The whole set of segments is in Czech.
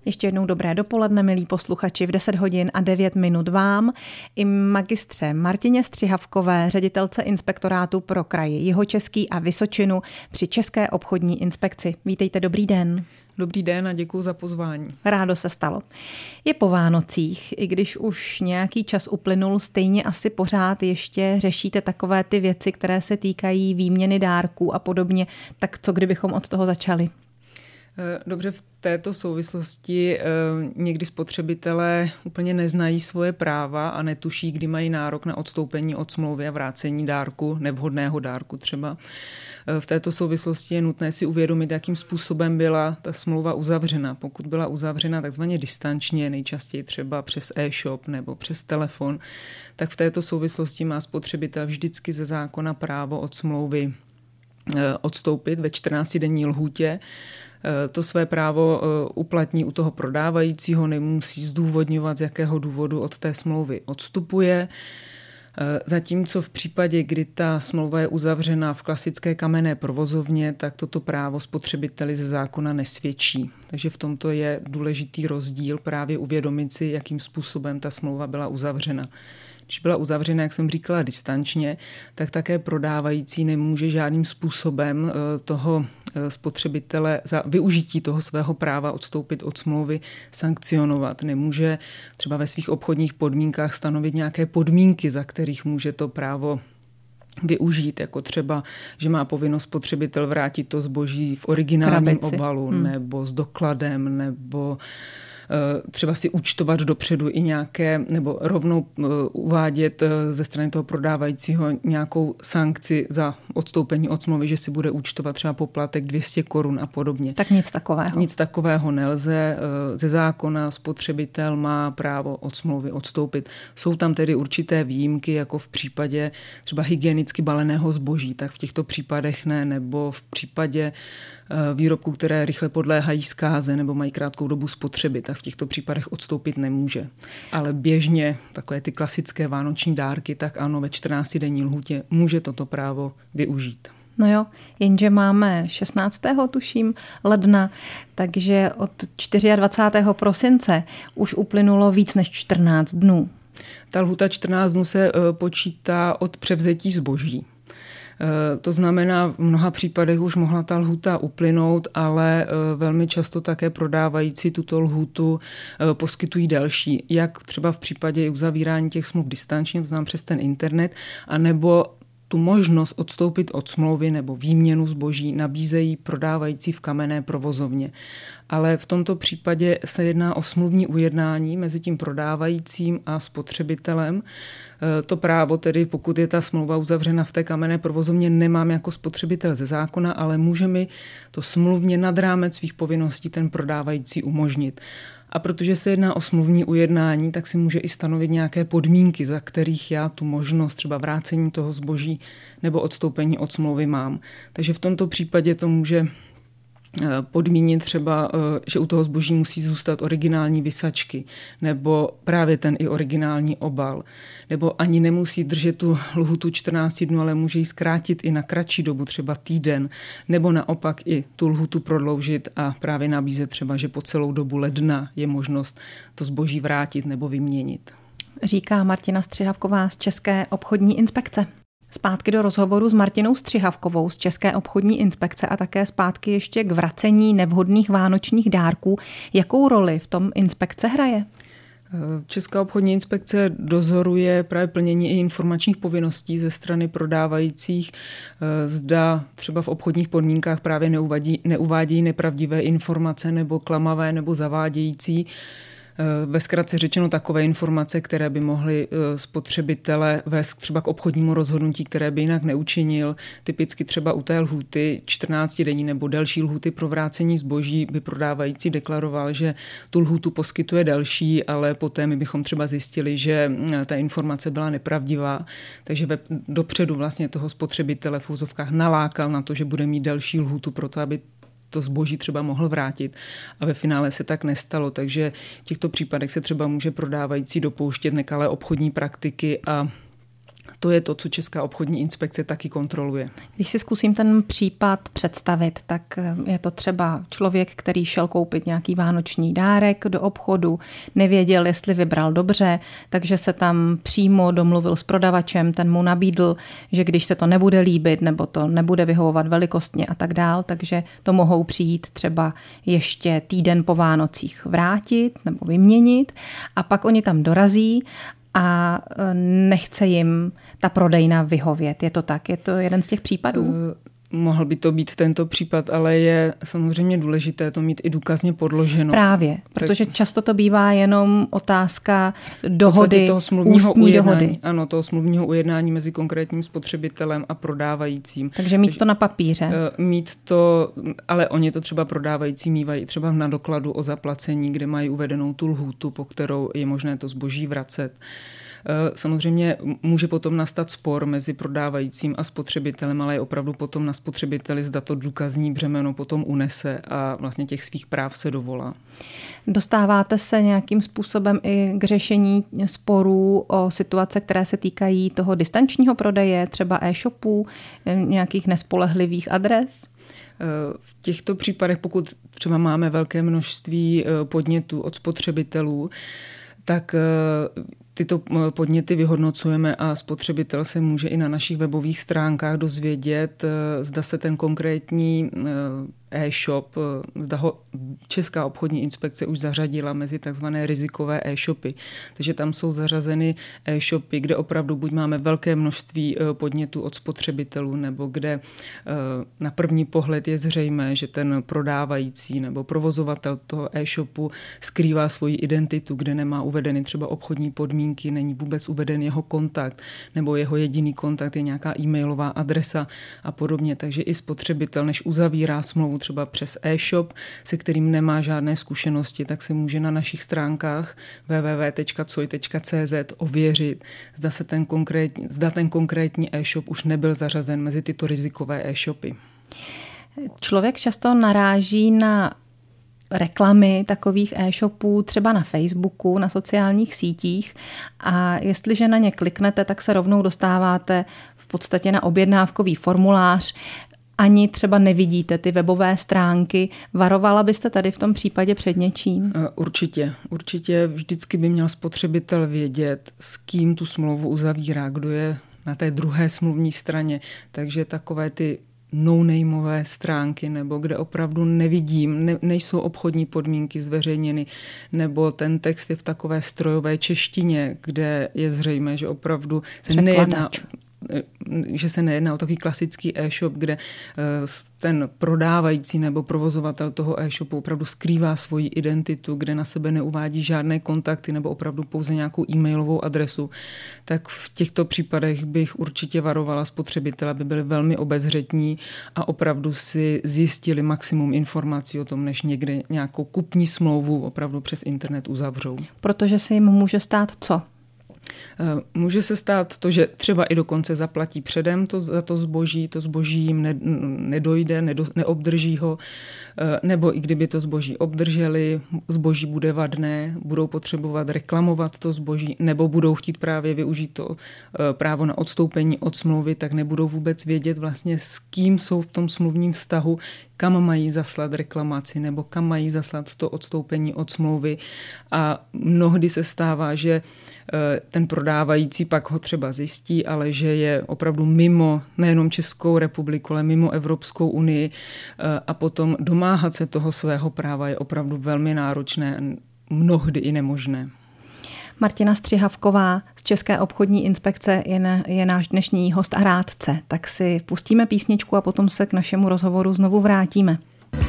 Ještě jednou dobré dopoledne, milí posluchači, v 10 hodin a 9 minut vám i magistře Martině Střihavkové, ředitelce inspektorátu pro kraji Jihočeský a Vysočinu při České obchodní inspekci. Vítejte, dobrý den. Dobrý den a děkuji za pozvání. Rádo se stalo. Je po Vánocích, i když už nějaký čas uplynul, stejně asi pořád ještě řešíte takové ty věci, které se týkají výměny dárků a podobně. Tak co kdybychom od toho začali? Dobře, v této souvislosti někdy spotřebitelé úplně neznají svoje práva a netuší, kdy mají nárok na odstoupení od smlouvy a vrácení dárku, nevhodného dárku třeba. V této souvislosti je nutné si uvědomit, jakým způsobem byla ta smlouva uzavřena. Pokud byla uzavřena takzvaně distančně, nejčastěji třeba přes e-shop nebo přes telefon, tak v této souvislosti má spotřebitel vždycky ze zákona právo od smlouvy odstoupit ve 14denní lhůtě. To své právo uplatní u toho prodávajícího, nemusí zdůvodňovat, z jakého důvodu od té smlouvy odstupuje. Zatímco v případě, kdy ta smlouva je uzavřena v klasické kamenné provozovně, tak toto právo spotřebiteli ze zákona nesvědčí. Takže v tomto je důležitý rozdíl právě uvědomit si, jakým způsobem ta smlouva byla uzavřena. Když byla uzavřena, jak jsem říkala, distančně, tak také prodávající nemůže žádným způsobem toho spotřebitele za využití toho svého práva odstoupit od smlouvy sankcionovat. Nemůže třeba ve svých obchodních podmínkách stanovit nějaké podmínky, za kterých může to právo využít, jako třeba, že má povinnost spotřebitel vrátit to zboží v originálním obalu, nebo s dokladem, nebo třeba si účtovat dopředu i nějaké, nebo rovnou uvádět ze strany toho prodávajícího nějakou sankci za odstoupení od smlouvy, že si bude účtovat třeba poplatek 200 korun a podobně. Tak nic takového. Nic takového nelze. Ze zákona spotřebitel má právo od smlouvy odstoupit. Jsou tam tedy určité výjimky, jako v případě třeba hygienicky baleného zboží, tak v těchto případech ne, nebo v případě výrobků, které rychle podléhají zkáze nebo mají krátkou dobu spotřeby, tak v těchto případech odstoupit nemůže. Ale běžně takové ty klasické vánoční dárky, tak ano, ve 14denní lhůtě může toto právo využít. No jo, jenže máme 16. tuším ledna, takže od 24. prosince už uplynulo víc než 14 dnů. Ta lhůta 14 dnů se počítá od převzetí zboží. To znamená, v mnoha případech už mohla ta lhůta uplynout, ale velmi často také prodávající tuto lhůtu poskytují další, jak třeba v případě uzavírání těch smluv distančně, to znamená přes ten internet, anebo tu možnost odstoupit od smlouvy nebo výměnu zboží nabízejí prodávající v kamenné provozovně. Ale v tomto případě se jedná o smluvní ujednání mezi tím prodávajícím a spotřebitelem. To právo tedy, pokud je ta smlouva uzavřena v té kamenné provozovně, nemám jako spotřebitel ze zákona, ale může mi to smluvně nad rámec svých povinností ten prodávající umožnit. A protože se jedná o smluvní ujednání, tak si může i stanovit nějaké podmínky, za kterých já tu možnost třeba vrácení toho zboží nebo odstoupení od smlouvy mám. Takže v tomto případě to může podmínit třeba, že u toho zboží musí zůstat originální visačky nebo právě ten i originální obal. Nebo ani nemusí držet tu lhůtu 14 dnů, ale může ji zkrátit i na kratší dobu, třeba týden, nebo naopak i tu lhůtu prodloužit a právě nabízet třeba, že po celou dobu ledna je možnost to zboží vrátit nebo vyměnit. Říká Martina Střihavková z České obchodní inspekce. Zpátky do rozhovoru s Martinou Střihavkovou z České obchodní inspekce a také zpátky ještě k vracení nevhodných vánočních dárků. Jakou roli v tom inspekce hraje? Česká obchodní inspekce dozoruje právě plnění i informačních povinností ze strany prodávajících. Zda třeba v obchodních podmínkách právě neuvádějí nepravdivé informace nebo klamavé nebo zavádějící. Ve zkratce řečeno takové informace, které by mohly spotřebitele vést třeba k obchodnímu rozhodnutí, které by jinak neučinil. Typicky třeba u té lhůty 14denní nebo delší lhůty pro vrácení zboží by prodávající deklaroval, že tu lhůtu poskytuje delší, ale poté my bychom třeba zjistili, že ta informace byla nepravdivá. Takže dopředu vlastně toho spotřebitele v úzovkách nalákal na to, že bude mít delší lhůtu pro to, aby to zboží třeba mohl vrátit a ve finále se tak nestalo, takže v těchto případech se třeba může prodávající dopouštět nekalé obchodní praktiky a To je to, co Česká obchodní inspekce taky kontroluje. Když si zkusím ten případ představit, tak je to třeba člověk, který šel koupit nějaký vánoční dárek do obchodu, nevěděl, jestli vybral dobře, takže se tam přímo domluvil s prodavačem, ten mu nabídl, že když se to nebude líbit nebo to nebude vyhovovat velikostně a tak dál, takže to mohou přijít třeba ještě týden po Vánocích vrátit nebo vyměnit a pak oni tam dorazí a nechce jim ta prodejna vyhovět. Je to tak? Je to jeden z těch případů? Mohl by to být tento případ, ale je samozřejmě důležité to mít i důkazně podloženo. Právě, protože často to bývá jenom otázka dohody, toho smluvního ústní dohody. Ano, toho smluvního ujednání mezi konkrétním spotřebitelem a prodávajícím. Takže mít to na papíře. Mít to, ale oni to třeba prodávající mívají třeba na dokladu o zaplacení, kde mají uvedenou tu lhůtu, po kterou je možné to zboží vracet. Samozřejmě může potom nastat spor mezi prodávajícím a spotřebitelem, ale je opravdu potom na spotřebiteli, zda to důkazní břemeno potom unese a vlastně těch svých práv se dovolá. Dostáváte se nějakým způsobem i k řešení sporů o situace, které se týkají toho distančního prodeje, třeba e-shopů, nějakých nespolehlivých adres? V těchto případech, pokud třeba máme velké množství podnětů od spotřebitelů, tak tyto podněty vyhodnocujeme a spotřebitel se může i na našich webových stránkách dozvědět, zda se ten konkrétní e-shop, zda ho Česká obchodní inspekce už zařadila mezi takzvané rizikové e-shopy. Takže tam jsou zařazeny e-shopy, kde opravdu buď máme velké množství podnětů od spotřebitelů, nebo kde na první pohled je zřejmé, že ten prodávající nebo provozovatel toho e-shopu skrývá svoji identitu, kde nemá uvedeny třeba obchodní podmínky, není vůbec uveden jeho kontakt, nebo jeho jediný kontakt je nějaká e-mailová adresa a podobně. Takže i spotřebitel, než uzavírá smlouvu třeba přes e-shop, se kterým nemá žádné zkušenosti, tak se může na našich stránkách www.coj.cz ověřit, zda ten konkrétní e-shop už nebyl zařazen mezi tyto rizikové e-shopy. Člověk často naráží na reklamy takových e-shopů třeba na Facebooku, na sociálních sítích a jestliže na ně kliknete, tak se rovnou dostáváte v podstatě na objednávkový formulář. Ani třeba nevidíte ty webové stránky. Varovala byste tady v tom případě před něčím? Určitě vždycky by měl spotřebitel vědět, s kým tu smlouvu uzavírá, kdo je na té druhé smluvní straně. Takže takové ty no-nameové stránky, nebo kde opravdu nevidím, nejsou obchodní podmínky zveřejněny, nebo ten text je v takové strojové češtině, kde je zřejmé, že opravdu se nejedná o takový klasický e-shop, kde ten prodávající nebo provozovatel toho e-shopu opravdu skrývá svoji identitu, kde na sebe neuvádí žádné kontakty nebo opravdu pouze nějakou e-mailovou adresu, tak v těchto případech bych určitě varovala spotřebitele, aby byli velmi obezřetní a opravdu si zjistili maximum informací o tom, než někde nějakou kupní smlouvu opravdu přes internet uzavřou. Protože se jim může stát co? Může se stát to, že třeba i dokonce zaplatí předem za to zboží jim nedojde, neobdrží ho, nebo i kdyby to zboží obdrželi, zboží bude vadné, budou potřebovat reklamovat to zboží, nebo budou chtít právě využít to právo na odstoupení od smlouvy, tak nebudou vůbec vědět vlastně, s kým jsou v tom smluvním vztahu, kam mají zaslat reklamaci nebo kam mají zaslat to odstoupení od smlouvy. A mnohdy se stává, že ten prodávající pak ho třeba zjistí, ale že je opravdu mimo nejenom Českou republiku, ale mimo Evropskou unii a potom domáhat se toho svého práva je opravdu velmi náročné, mnohdy i nemožné. Martina Střihavková z České obchodní inspekce je náš dnešní host a rádce. Tak si pustíme písničku a potom se k našemu rozhovoru znovu vrátíme.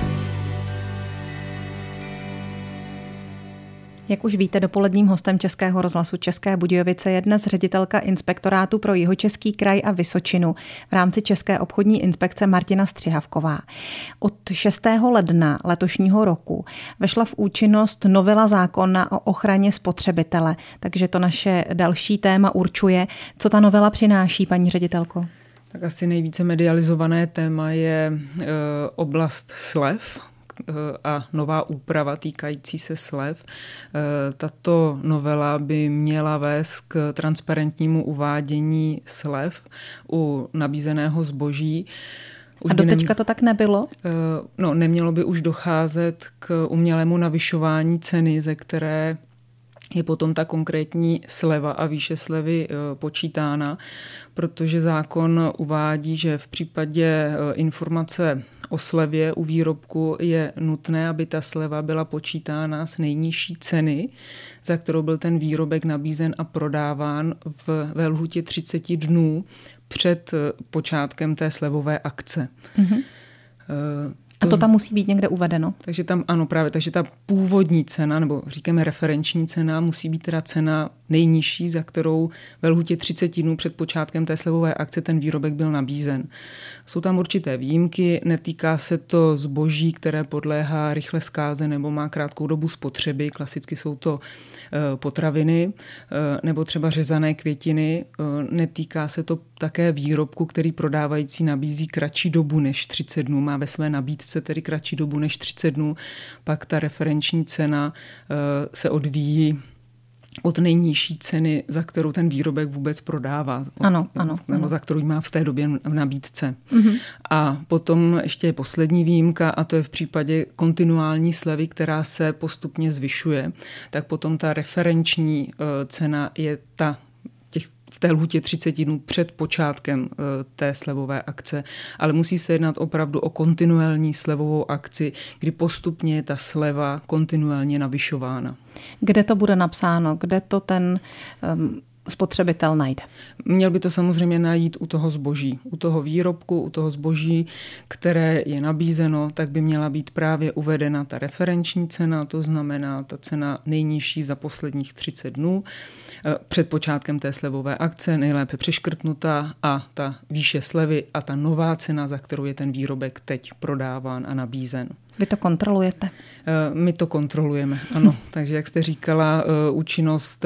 Jak už víte, dopoledním hostem Českého rozhlasu České Budějovice je dnes ředitelka Inspektorátu pro Jihočeský kraj a Vysočinu v rámci České obchodní inspekce Martina Střihavková. Od 6. ledna letošního roku vešla v účinnost novela zákona o ochraně spotřebitele, takže to naše další téma určuje. Co ta novela přináší, paní ředitelko? Tak asi nejvíce medializované téma je oblast slev, a nová úprava týkající se slev. Tato novela by měla vést k transparentnímu uvádění slev u nabízeného zboží. A doteďka to tak nebylo? No, nemělo by už docházet k umělému navyšování ceny, ze které je potom ta konkrétní sleva a výše slevy počítána, protože zákon uvádí, že v případě informace o slevě u výrobku je nutné, aby ta sleva byla počítána z nejnižší ceny, za kterou byl ten výrobek nabízen a prodáván ve lhůtě 30 dnů před počátkem té slevové akce. Mm-hmm. A to tam musí být někde uvedeno? Takže tam, ano, právě, takže ta původní cena, nebo říkáme referenční cena, musí být teda cena nejnižší, za kterou ve lhůtě 30 dnů před počátkem té slevové akce ten výrobek byl nabízen. Jsou tam určité výjimky, netýká se to zboží, které podléhá rychle zkáze nebo má krátkou dobu spotřeby, klasicky jsou to potraviny nebo třeba řezané květiny. Netýká se to také výrobku, který prodávající nabízí kratší dobu než 30 dnů, má ve své nabídce tedy kratší dobu než 30 dnů, pak ta referenční cena se odvíjí od nejnižší ceny, za kterou ten výrobek vůbec prodává. Nebo za kterou má v té době v nabídce. Mm-hmm. A potom ještě je poslední výjimka, a to je v případě kontinuální slevy, která se postupně zvyšuje, tak potom ta referenční cena je v té lhůtě 30 dnů před počátkem té slevové akce, ale musí se jednat opravdu o kontinuální slevovou akci, kdy postupně je ta sleva kontinuálně navyšována. Kde to bude napsáno? Kde to ten spotřebitel najde? Měl by to samozřejmě najít u toho zboží, u toho výrobku, u toho zboží, které je nabízeno, tak by měla být právě uvedena ta referenční cena, to znamená ta cena nejnižší za posledních 30 dnů, před počátkem té slevové akce, nejlépe přeškrtnutá, a ta výše slevy a ta nová cena, za kterou je ten výrobek teď prodáván a nabízen. Vy to kontrolujete? My to kontrolujeme, ano. Takže jak jste říkala, účinnost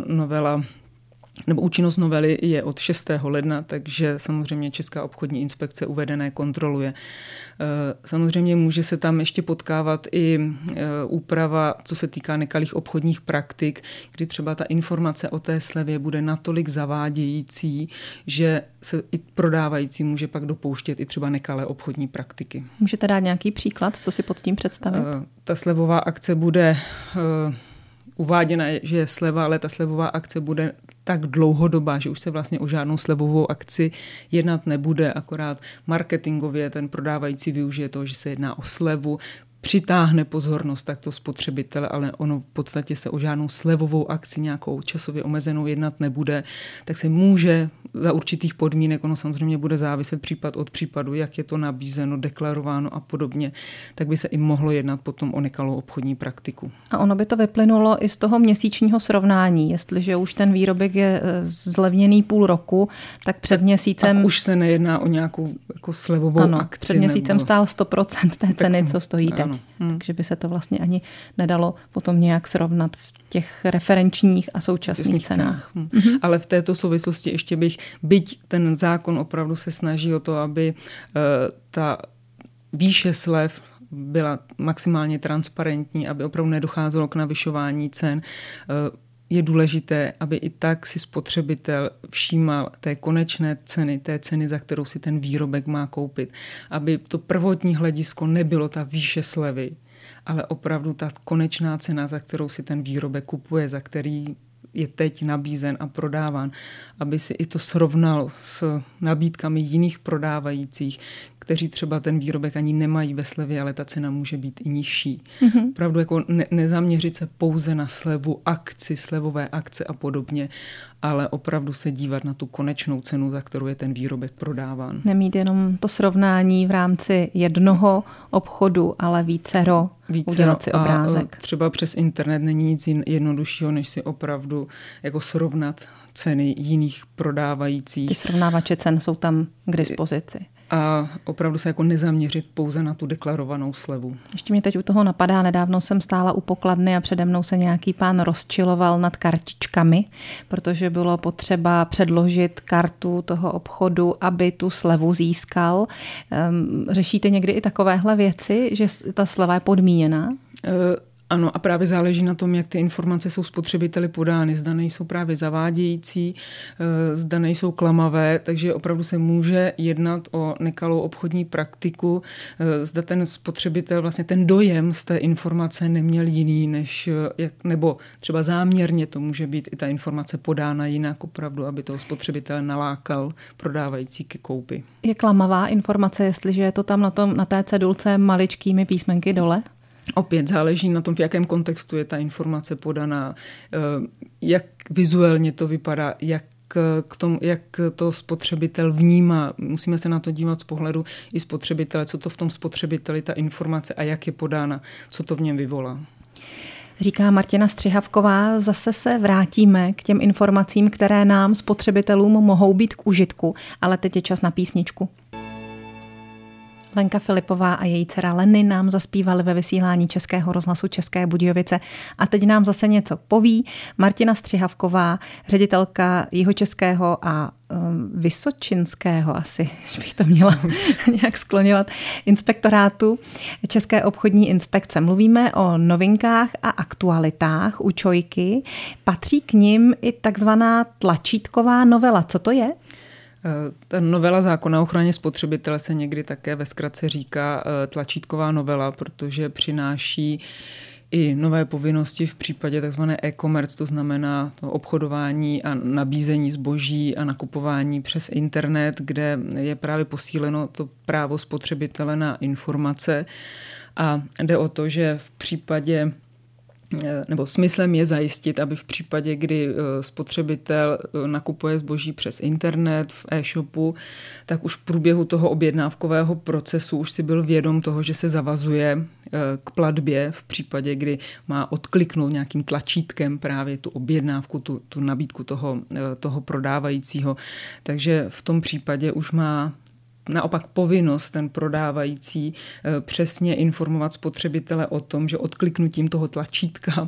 novely je od 6. ledna, takže samozřejmě Česká obchodní inspekce uvedené kontroluje. Samozřejmě může se tam ještě potkávat i úprava, co se týká nekalých obchodních praktik, kdy třeba ta informace o té slevě bude natolik zavádějící, že se i prodávající může pak dopouštět i třeba nekalé obchodní praktiky. Můžete dát nějaký příklad, co si pod tím představit? Ta slevová akce bude uváděna, že je sleva, ale ta slevová akce bude tak dlouhodobá, že už se vlastně o žádnou slevovou akci jednat nebude, akorát marketingově ten prodávající využije toho, že se jedná o slevu, přitáhne pozornost takto spotřebitele, ale ono v podstatě se o žádnou slevovou akci nějakou časově omezenou jednat nebude, tak se může za určitých podmínek, ono samozřejmě bude záviset případ od případu, jak je to nabízeno, deklarováno a podobně, tak by se i mohlo jednat potom o nekalou obchodní praktiku. A ono by to vyplynulo i z toho měsíčního srovnání, jestliže už ten výrobek je zlevněný půl roku, tak před měsícem... Tak už se nejedná o nějakou jako slevovou akci. Před měsícem stál 100% té ceny, co stojí teď. Takže by se to vlastně ani nedalo potom nějak srovnat v těch referenčních a současných cenách. Ale v této souvislosti ještě byť ten zákon opravdu se snaží o to, aby ta výše slev byla maximálně transparentní, aby opravdu nedocházelo k navyšování cen, je důležité, aby i tak si spotřebitel všímal té konečné ceny, té ceny, za kterou si ten výrobek má koupit. Aby to prvotní hledisko nebylo ta výše slevy, ale opravdu ta konečná cena, za kterou si ten výrobek kupuje, za který je teď nabízen a prodáván, aby si i to srovnal s nabídkami jiných prodávajících, kteří třeba ten výrobek ani nemají ve slevě, ale ta cena může být i nižší. Mm-hmm. Opravdu jako nezaměřit se pouze na slevu akci, slevové akce a podobně, ale opravdu se dívat na tu konečnou cenu, za kterou je ten výrobek prodáván. Nemít jenom to srovnání v rámci jednoho obchodu, ale vícero udělat si obrázek. A třeba přes internet není nic jednoduššího, než si opravdu jako srovnat ceny jiných prodávajících. Ty srovnávače cen jsou tam k dispozici. a opravdu se jako nezaměřit pouze na tu deklarovanou slevu. Ještě mě teď u toho napadá, nedávno jsem stála u pokladny a přede mnou se nějaký pán rozčiloval nad kartičkami, protože bylo potřeba předložit kartu toho obchodu, aby tu slevu získal. Řešíte někdy i takovéhle věci, že ta sleva je podmíněná? Ano, a právě záleží na tom, jak ty informace jsou spotřebiteli podány. Zda nejsou právě zavádějící, zda nejsou klamavé, takže opravdu se může jednat o nekalou obchodní praktiku. Zda ten spotřebitel vlastně ten dojem z té informace neměl jiný, nebo třeba záměrně to může být i ta informace podána jinak opravdu, aby toho spotřebitele nalákal prodávající ke koupi. Je klamavá informace, jestliže je to tam na té cedulce maličkými písmenky dole? Opět záleží na tom, v jakém kontextu je ta informace podaná, jak vizuálně to vypadá, jak to spotřebitel vnímá. Musíme se na to dívat z pohledu i spotřebitele, co to v tom spotřebiteli ta informace a jak je podána, co to v něm vyvolá. Říká Martina Střihavková, zase se vrátíme k těm informacím, které nám spotřebitelům mohou být k užitku, ale teď je čas na písničku. Lenka Filipová a její dcera Leny nám zaspívali ve vysílání Českého rozhlasu České Budějovice a teď nám zase něco poví Martina Střihavková, ředitelka Jihočeského a Vysočinského, asi bych to měla nějak skloňovat, inspektorátu České obchodní inspekce. Mluvíme o novinkách a aktualitách u ČOIky. Patří k nim i takzvaná tlačítková novela. Co to je? Ta novela zákona o ochraně spotřebitele se někdy také ve zkratce říká tlačítková novela, protože přináší i nové povinnosti v případě tzv. E-commerce, to znamená to obchodování a nabízení zboží a nakupování přes internet, kde je právě posíleno to právo spotřebitele na informace. A jde o to, že v případě nebo smyslem je zajistit, aby v případě, kdy spotřebitel nakupuje zboží přes internet v e-shopu, tak už v průběhu toho objednávkového procesu už si byl vědom toho, že se zavazuje k platbě v případě, kdy má odkliknout nějakým tlačítkem právě tu objednávku, tu nabídku toho prodávajícího. Takže v tom případě už má naopak povinnost ten prodávající přesně informovat spotřebitele o tom, že odkliknutím toho tlačítka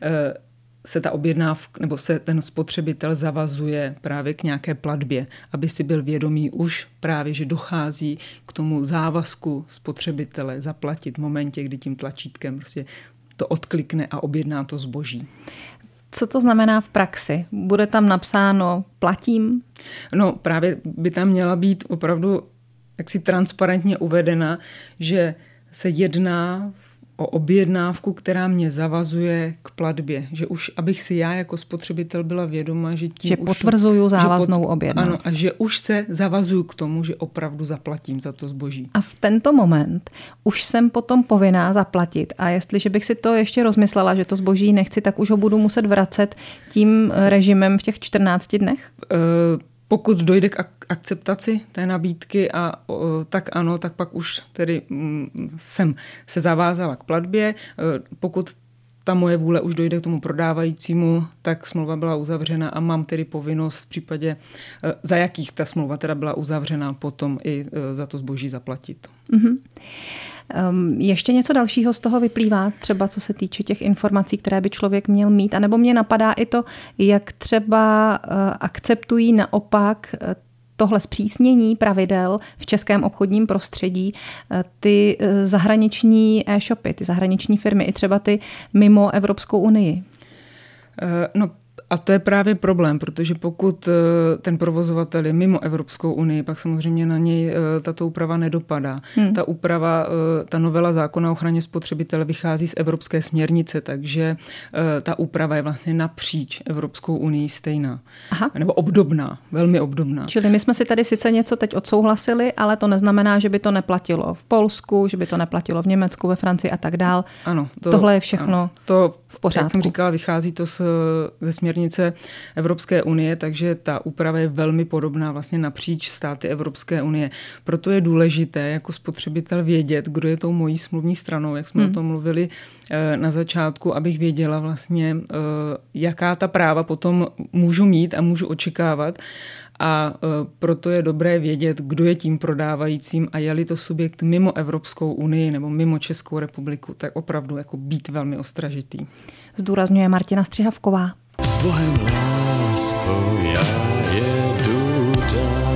se ta objednávka nebo se ten spotřebitel zavazuje právě k nějaké platbě, aby si byl vědomý už právě, že dochází k tomu závazku spotřebitele zaplatit v momentě, kdy tím tlačítkem prostě to odklikne a objedná to zboží. Co to znamená v praxi? Bude tam napsáno platím? No právě by tam měla být opravdu jaksi transparentně uvedena, že se jedná o objednávku, která mě zavazuje k platbě. Že už, abych si já jako spotřebitel byla vědoma, že tím že už potvrzuju závaznou objednávku. Ano, a že už se zavazuju k tomu, že opravdu zaplatím za to zboží. A v tento moment už jsem potom povinná zaplatit. A jestliže bych si to ještě rozmyslela, že to zboží nechci, tak už ho budu muset vracet tím režimem v těch 14 dnech? Pokud dojde k akceptaci té nabídky tak ano, tak pak už tedy jsem se zavázala k platbě. Pokud ta moje vůle už dojde k tomu prodávajícímu, tak smlouva byla uzavřena a mám tedy povinnost v případě, za jakých ta smlouva teda byla uzavřena, potom i za to zboží zaplatit. Mm-hmm. Ještě něco dalšího z toho vyplývá, třeba co se týče těch informací, které by člověk měl mít, anebo mě napadá i to, jak třeba akceptují naopak tohle zpřísnění pravidel v českém obchodním prostředí ty zahraniční e-shopy, ty zahraniční firmy, i třeba ty mimo Evropskou unii. No, a to je právě problém, protože pokud ten provozovatel je mimo Evropskou unii, pak samozřejmě na něj tato úprava nedopadá. Ta úprava, ta novela zákona o ochraně spotřebitele vychází z evropské směrnice, takže ta úprava je vlastně napříč Evropskou unii stejná. Aha. Nebo obdobná, velmi obdobná. Čili my jsme si tady sice něco teď odsouhlasili, ale to neznamená, že by to neplatilo v Polsku, že by to neplatilo v Německu, ve Francii a tak dál. Ano. Tohle je všechno to, v pořádku. Jak jsem říkala, vychází to ze směrnice směrnice Evropské unie, takže ta úprava je velmi podobná vlastně napříč státy Evropské unie. Proto je důležité jako spotřebitel vědět, kdo je tou mojí smluvní stranou, jak jsme o tom mluvili na začátku, abych věděla vlastně, jaká ta práva potom můžu mít a můžu očekávat. A proto je dobré vědět, kdo je tím prodávajícím a je-li to subjekt mimo Evropskou unii nebo mimo Českou republiku, tak opravdu jako být velmi ostražitý. Zdůrazňuje Martina Střihavková. S Bohem láskou já jedu dál.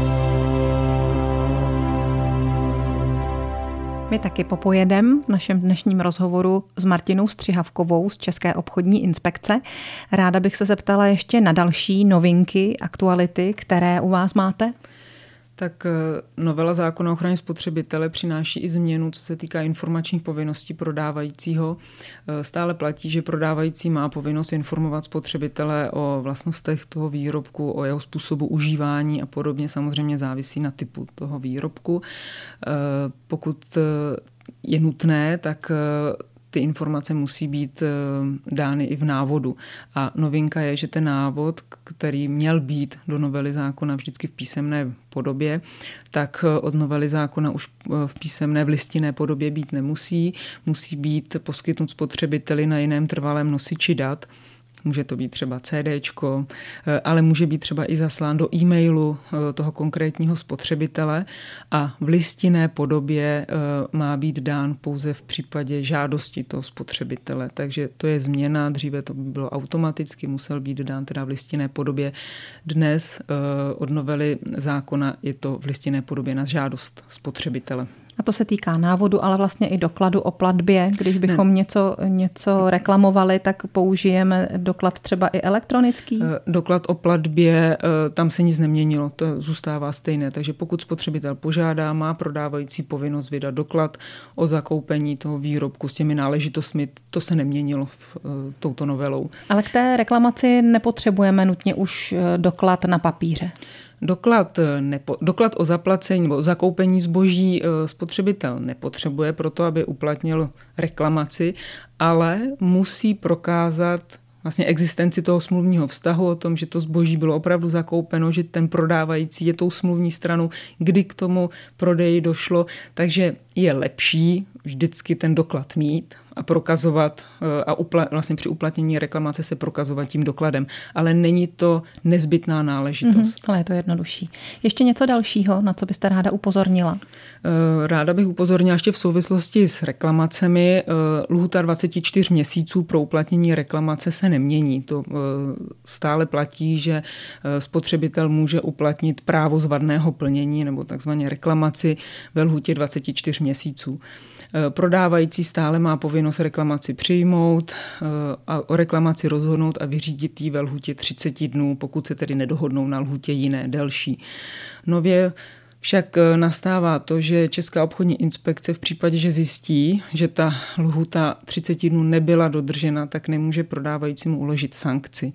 My taky popojedem v našem dnešním rozhovoru s Martinou Střihavkovou z České obchodní inspekce. Ráda bych se zeptala ještě na další novinky, aktuality, které u vás máte. Tak novela zákona o ochraně spotřebitele přináší i změnu, co se týká informačních povinností prodávajícího. Stále platí, že prodávající má povinnost informovat spotřebitele o vlastnostech toho výrobku, o jeho způsobu užívání a podobně. Samozřejmě závisí na typu toho výrobku. Pokud je nutné, tak ty informace musí být dány i v návodu. A novinka je, že ten návod, který měl být do novely zákona vždycky v písemné podobě, tak od novely zákona už v písemné, v listinné podobě být nemusí. Musí být poskytnut spotřebiteli na jiném trvalém nosiči dat. Může to být třeba CDčko, ale může být třeba i zaslán do e-mailu toho konkrétního spotřebitele a v listinné podobě má být dán pouze v případě žádosti toho spotřebitele. Takže to je změna, dříve to bylo automaticky, musel být dán teda v listinné podobě. Dnes od novely zákona je to v listinné podobě na žádost spotřebitele. A to se týká návodu, ale vlastně i dokladu o platbě. Když bychom něco reklamovali, tak použijeme doklad třeba i elektronický? Doklad o platbě, tam se nic neměnilo, to zůstává stejné. Takže pokud spotřebitel požádá, má prodávající povinnost vydat doklad o zakoupení toho výrobku s těmi náležitostmi, to se neměnilo touto novelou. Ale k té reklamaci nepotřebujeme nutně už doklad na papíře. Doklad o zaplacení nebo zakoupení zboží spotřebitel nepotřebuje proto, aby uplatnil reklamaci, ale musí prokázat vlastně existenci toho smluvního vztahu, o tom, že to zboží bylo opravdu zakoupeno, že ten prodávající je tou smluvní stranou, kdy k tomu prodeji došlo. Takže je lepší vždycky ten doklad mít a prokazovat a vlastně při uplatnění reklamace se prokazovat tím dokladem. Ale není to nezbytná náležitost. Ale je to jednodušší. Ještě něco dalšího, na co byste ráda upozornila? Ráda bych upozornila ještě v souvislosti s reklamacemi. Lhůta 24 měsíců pro uplatnění reklamace se nemění. To stále platí, že spotřebitel může uplatnit právo z vadného plnění nebo takzvaně reklamaci ve lhůtě 24 měsíců. Prodávající stále má povinnost reklamaci přijmout a o reklamaci rozhodnout a vyřídit ji ve lhůtě 30 dnů, pokud se tedy nedohodnou na lhůtě jiné, delší. Nově však nastává to, že Česká obchodní inspekce v případě, že zjistí, že ta lhůta 30 dnů nebyla dodržena, tak nemůže prodávajícímu uložit sankci,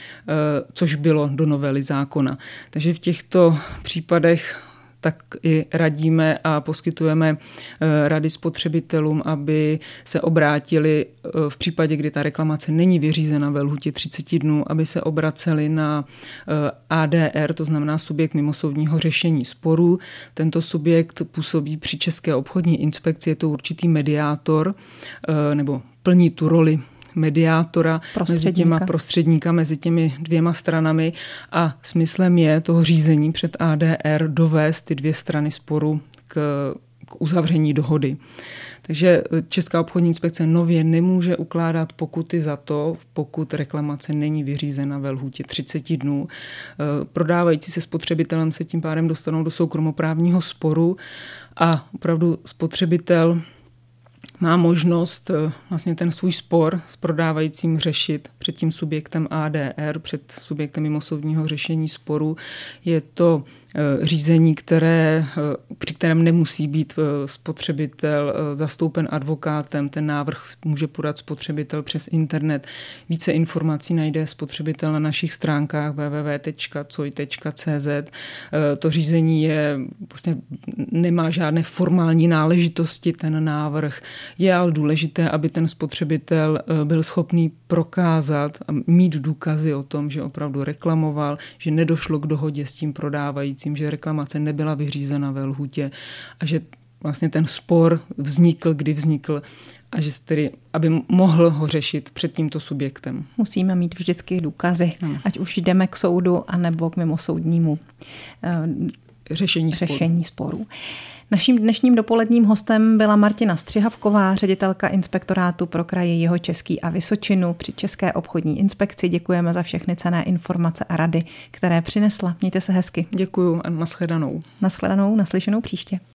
což bylo do novely zákona. Takže v těchto případech tak i radíme a poskytujeme rady spotřebitelům, aby se obrátili v případě, kdy ta reklamace není vyřízena ve lhůtě 30 dnů, aby se obraceli na ADR, to znamená subjekt mimosoudního řešení sporů. Tento subjekt působí při České obchodní inspekci, je to určitý mediátor nebo plní tu roli mediátora mezi těma prostředníka, mezi těmi dvěma stranami a smyslem je toho řízení před ADR dovést ty dvě strany sporu k uzavření dohody. Takže Česká obchodní inspekce nově nemůže ukládat pokuty za to, pokud reklamace není vyřízena ve lhůtě 30 dnů. Prodávající se spotřebitelem se tím pádem dostanou do soukromoprávního sporu a opravdu spotřebitel má možnost vlastně ten svůj spor s prodávajícím řešit před tím subjektem ADR, před subjektem mimosoudního řešení sporu. Je to řízení, při kterém nemusí být spotřebitel zastoupen advokátem. Ten návrh může podat spotřebitel přes internet. Více informací najde spotřebitel na našich stránkách www.coj.cz. To řízení vlastně nemá žádné formální náležitosti, ten návrh. Je ale důležité, aby ten spotřebitel byl schopný prokázat dokázat a mít důkazy o tom, že opravdu reklamoval, že nedošlo k dohodě s tím prodávajícím, že reklamace nebyla vyřízena ve lhůtě a že vlastně ten spor vznikl, kdy vznikl a že tedy, aby mohl ho řešit před tímto subjektem. Musíme mít vždycky důkazy, ať už jdeme k soudu, anebo k mimosoudnímu řešení sporů. Naším dnešním dopoledním hostem byla Martina Střihavková, ředitelka Inspektorátu pro kraje Jihočeský a Vysočinu při České obchodní inspekci. Děkujeme za všechny cenné informace a rady, které přinesla. Mějte se hezky. Děkuju a nashledanou. Naslyšenou příště.